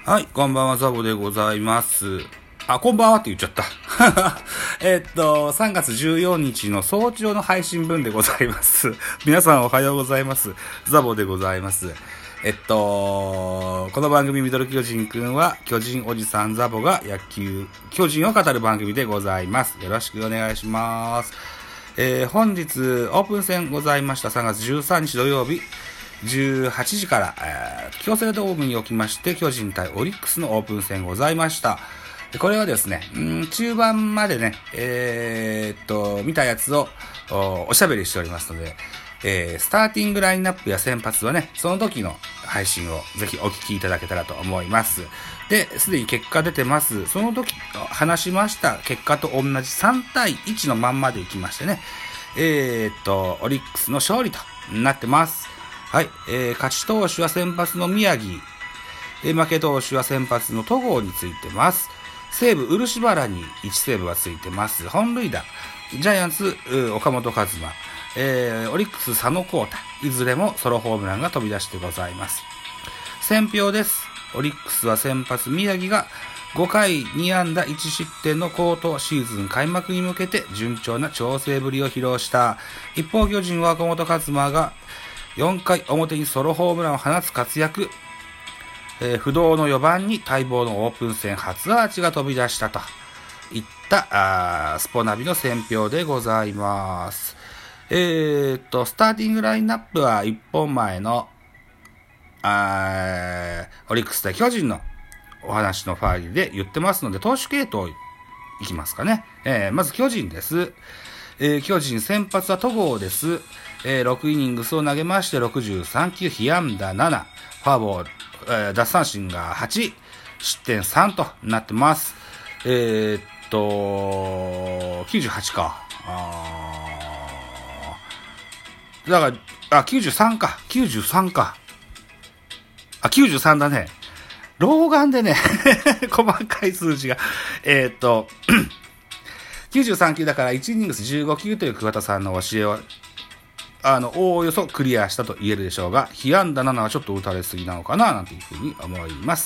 はい、こんばんは、ザボでございます。こんばんはって言っちゃった。3月14日の早朝の配信分でございます。皆さんおはようございます。ザボでございます。この番組ミドル巨人くんは、巨人おじさんザボが巨人を語る番組でございます。よろしくお願いします。本日、オープン戦ございました。3月13日土曜日。18時から、京セラドームにおきまして、巨人対オリックスのオープン戦ございました。これはですね、中盤までね、見たやつをおしゃべりしておりますので、スターティングラインナップや先発はね、その時の配信をぜひお聞きいただけたらと思います。で、すでに結果出てます。その時話しました結果と同じ3対1のまんまでいきましてね、オリックスの勝利となってます。はい、勝ち投手は先発の宮城、負け投手は先発の戸郷についてます。西武漆原に1セーブがついてます。本塁打、ジャイアンツ岡本和真、オリックス佐野皓太、いずれもソロホームランが飛び出してございます。選評です。オリックスは先発宮城が5回2安打1失点の好投、シーズン開幕に向けて順調な調整ぶりを披露した。一方巨人は岡本和真が4回表にソロホームランを放つ活躍、不動の4番に待望のオープン戦初アーチが飛び出したといったスポナビの選評でございます。スターティングラインナップは1本前のオリックス対巨人のお話のファイルで言ってますので、投手系統いきますかね。まず巨人です。巨人先発は戸郷です。6イニングスを投げまして63球、被安打7、フォアボール、奪三振が8、失点3となってます。98か。だから、93か。93か。93だね。老眼でね、細かい数字が。93球だから1イニングス15球という桑田さんの教えを、おおよそクリアしたと言えるでしょうが、被安打7はちょっと打たれすぎなのかな、なんていうふうに思います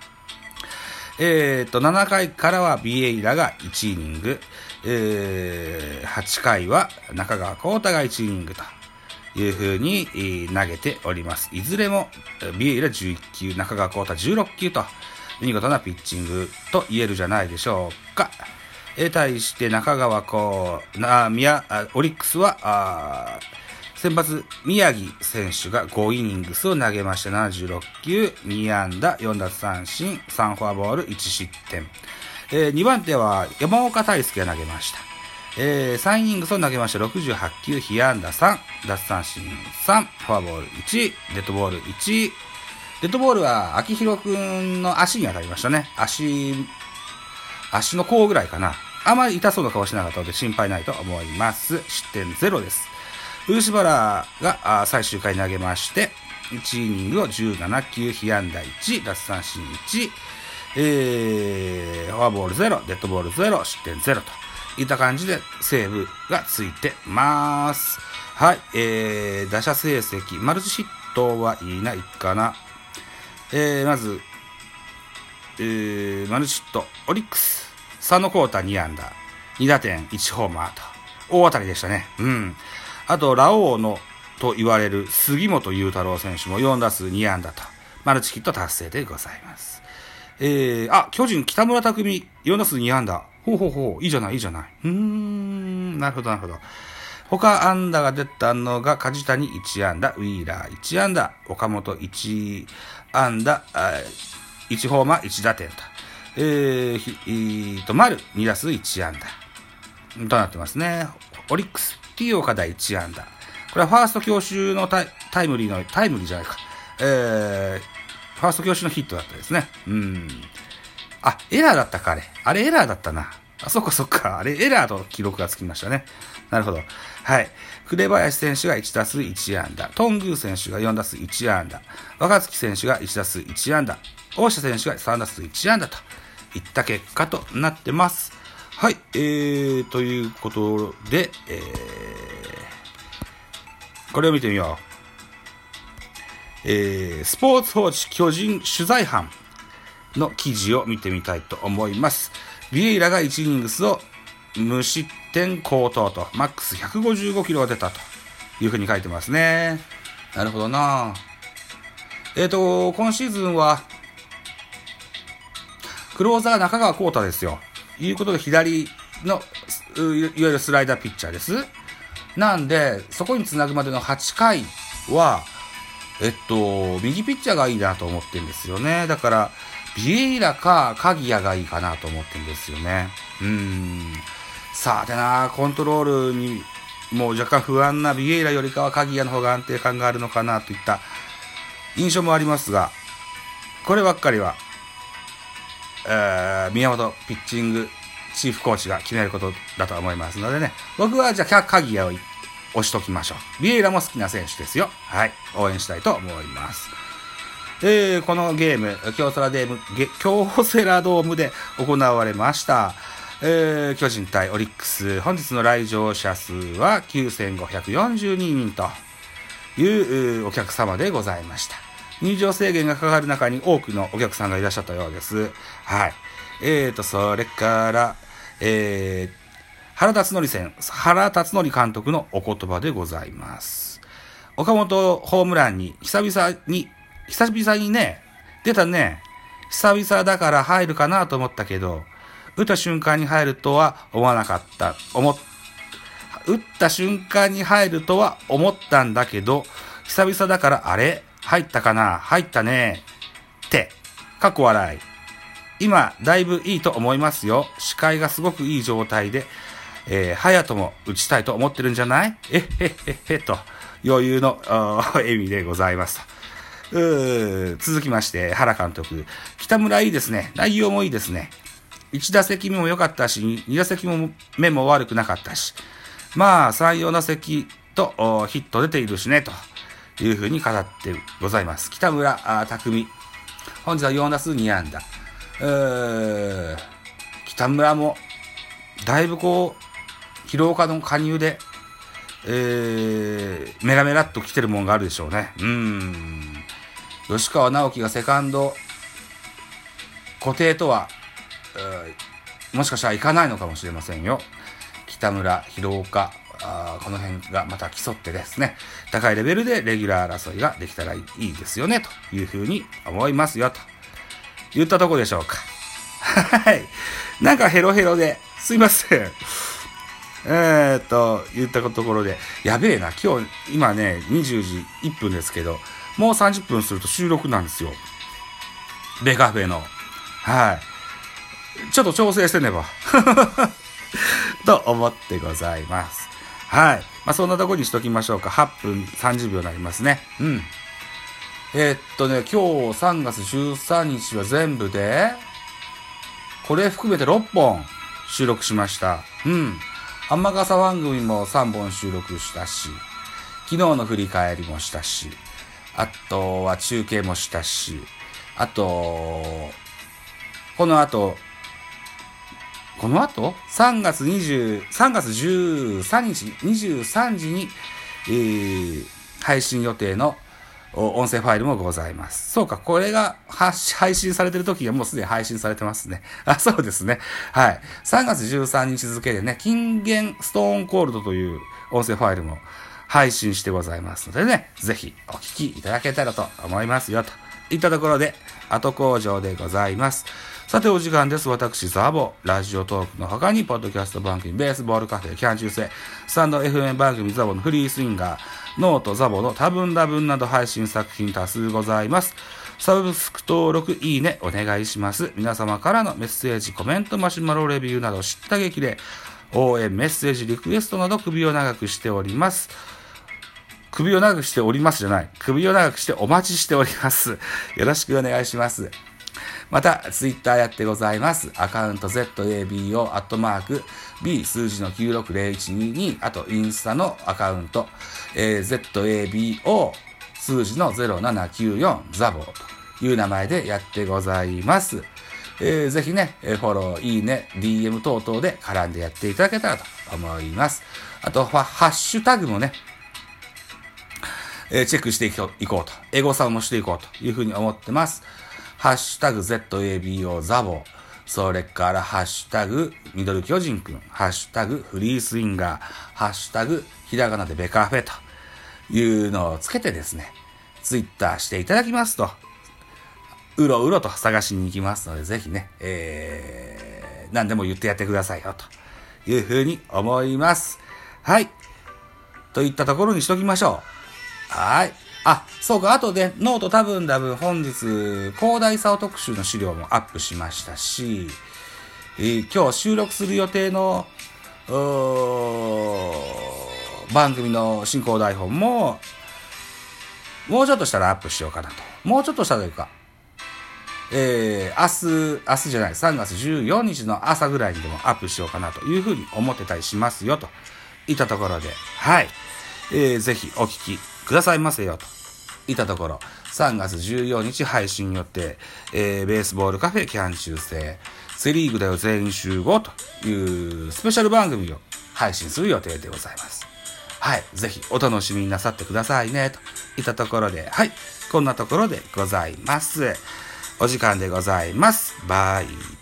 。7回からはビエイラが1イニング、8回は中川幸太が1イニングというふうに投げております。いずれもビエイラ11球、中川幸太16球と見事なピッチングと言えるじゃないでしょうか。対して中川オリックスは先発宮城選手が5イニングスを投げまして76球、2安打4奪三振3フォアボール1失点。2番手は山岡大輔が投げました。3イニングスを投げまして68球、被安打3、奪三振3、フォアボール1、デッドボール1。デッドボールは秋広くんの足に当たりましたね。足の甲ぐらいかな。あまり痛そうな顔しなかったので心配ないと思います。失点0です。漆原が最終回投げまして、1イニングを17球、被安打1、奪三振1、フォアボール0、デッドボール0、失点0といった感じでセーブがついてます。はい、打者成績、マルチヒットはいないかな。まず、マルチヒット、オリックス、佐野皓太2安打、2打点、1ホーマーと、大当たりでしたね。あと、ラオウのと言われる杉本裕太郎選手も4打数2安打と、マルチヒット達成でございます。巨人北村匠海4打数2安打。いいじゃない。なるほど。他安打が出たのが梶谷1安打、ウィーラー1安打、岡本1安打、1ホーマー1打点と。丸2打数1安打となってますね。オリックス T 岡田1安打。これはファースト強襲のタイムリーじゃないか。ファースト強襲のヒットだったですね。エラーだったか、あれエラーだったな。そっか。あれエラーと記録がつきましたね。なるほど。はい。紅林選手が1打数1安打。頓宮選手が4打数1安打。若月選手が1打数1安打。大下選手が3打数1安打といった結果となってます。はい。ということで、これを見てみよう。スポーツ報知巨人取材班。 の記事を見てみたいと思います。ビエイラが1イニングスを無失点好投と、マックス155キロが出たというふうに書いてますね。なるほどな。今シーズンは、クローザー中川幸太ですよ。いうことで左の、いわゆるスライダーピッチャーです。なんで、そこにつなぐまでの8回は、右ピッチャーがいいなと思ってるんですよね。だから、ビエイラか鍵谷がいいかなと思ってるんですよね。さてな、コントロールにもう若干不安なビエイラよりかは鍵谷の方が安定感があるのかなといった印象もありますが、こればっかりは、宮本ピッチングチーフコーチが決めることだと思いますのでね、僕はじゃあ鍵谷を押しときましょう。ビエイラも好きな選手ですよ。はい、応援したいと思います。このゲーム、京セラドームで行われました。巨人対オリックス、本日の来場者数は9542人というお客様でございました。入場制限がかかる中に多くのお客さんがいらっしゃったようです。はい。それから、原辰徳監督のお言葉でございます。岡本ホームランに久々にね、出たね。久々だから入るかなと思ったけど、打った瞬間に入るとは思わなかった。打った瞬間に入るとは思ったんだけど、久々だからあれ入ったかな入ったねって、かっこ笑い。今、だいぶいいと思いますよ。視界がすごくいい状態で、早とも打ちたいと思ってるんじゃないと、余裕の笑みでございます。続きまして、原監督。北村いいですね。内容もいいですね。1打席目も良かったし、2打席目も悪くなかったし、まあ、3、4打席とヒット出ているしね、というふうに語ってございます。北村匠。本日は4打数2安打。北村も、だいぶ疲労化の加入で、メラメラっと来てるもんがあるでしょうね。吉川直樹がセカンド固定とは、もしかしたらいかないのかもしれませんよ。北村、廣岡、この辺がまた競ってですね、高いレベルでレギュラー争いができたらいいですよね、というふうに思いますよ、と言ったとこでしょうか。はい。なんかヘロヘロで、すいません。言ったところで、やべえな、今ね、20時1分ですけど、もう30分すると収録なんですよ。ベカフェの。はい。ちょっと調整してねば。と思ってございます。はい。まあ、そんなとこにしときましょうか。8分30秒になりますね。今日3月13日は全部で、これ含めて6本収録しました。天笠番組も3本収録したし、昨日の振り返りもしたし、あとは中継もしたし、あと、この後3月13日23時に、配信予定の音声ファイルもございます。そうか、これが配信されてる時にはもうすでに配信されてますね。そうですね。はい。3月13日付でね、金言ストーンコールドという音声ファイルも配信してございますのでね、ぜひお聞きいただけたらと思いますよ、といったところで、後工場でございます。さてお時間です。私、ザボ、ラジオトークの他に、ポッドキャスト番組、ベースボールカフェ、キャン中世、スタンド FM 番組、ザボのフリースインガー、ノート、ザボの多分多分など配信作品多数ございます。サブスク登録、いいね、お願いします。皆様からのメッセージ、コメント、マシュマロレビューなど、知った激励、応援、メッセージ、リクエストなど、首を長くしております。首を長くしておりますじゃない。首を長くしてお待ちしております。よろしくお願いします。また、ツイッターやってございます。アカウント ZABO_B 数字の960122、あとインスタのアカウント、ZABO 数字の0794ザボという名前でやってございます。ぜひね、フォロー、いいね、DM 等々で絡んでやっていただけたらと思います。あと、ハッシュタグもね、チェックしていこうと、エゴサもしていこうというふうに思ってます。 ハッシュタグ ZABO ザボ、それからハッシュタグミドル巨人くん、ハッシュタグフリースインガー、ハッシュタグひらがなでベカフェというのをつけてですね、ツイッターしていただきますと、うろうろと探しに行きますので、ぜひね、何でも言ってやってくださいよというふうに思います。はい。といったところにしときましょう。はい。あ、そうか、あとでノート多分本日、広大さお特集の資料もアップしましたし、今日収録する予定の、番組の進行台本も、もうちょっとしたらアップしようかなと。もうちょっとしたというか、明日じゃない、3月14日の朝ぐらいにでもアップしようかなというふうに思ってたりしますよ、といったところで、はい。ぜひお聞きくださいませよ、といったところ、3月14日配信予定、ベースボールカフェキャン中世、セリーグだよ全員集合というスペシャル番組を配信する予定でございます。はい。ぜひお楽しみになさってくださいね、といったところで、はい。こんなところでございます。お時間でございます。バイ。